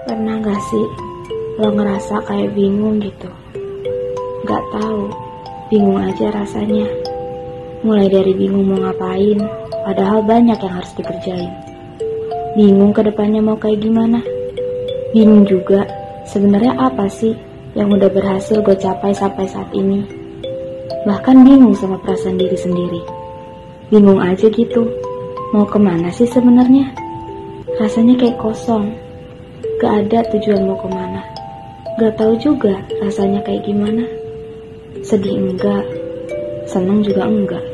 Pernah gak sih lo ngerasa kayak bingung gitu? Gak tahu, bingung aja rasanya. Mulai dari bingung mau ngapain, padahal banyak yang harus dikerjain. Bingung ke depannya mau kayak gimana. Bingung juga sebenarnya apa sih yang udah berhasil gue capai sampai saat ini. Bahkan bingung sama perasaan diri sendiri. Bingung aja gitu, mau kemana sih sebenarnya? Rasanya kayak kosong. Gak ada tujuan mau kemana. Gak tahu juga rasanya kayak gimana. Sedih enggak, senang juga enggak.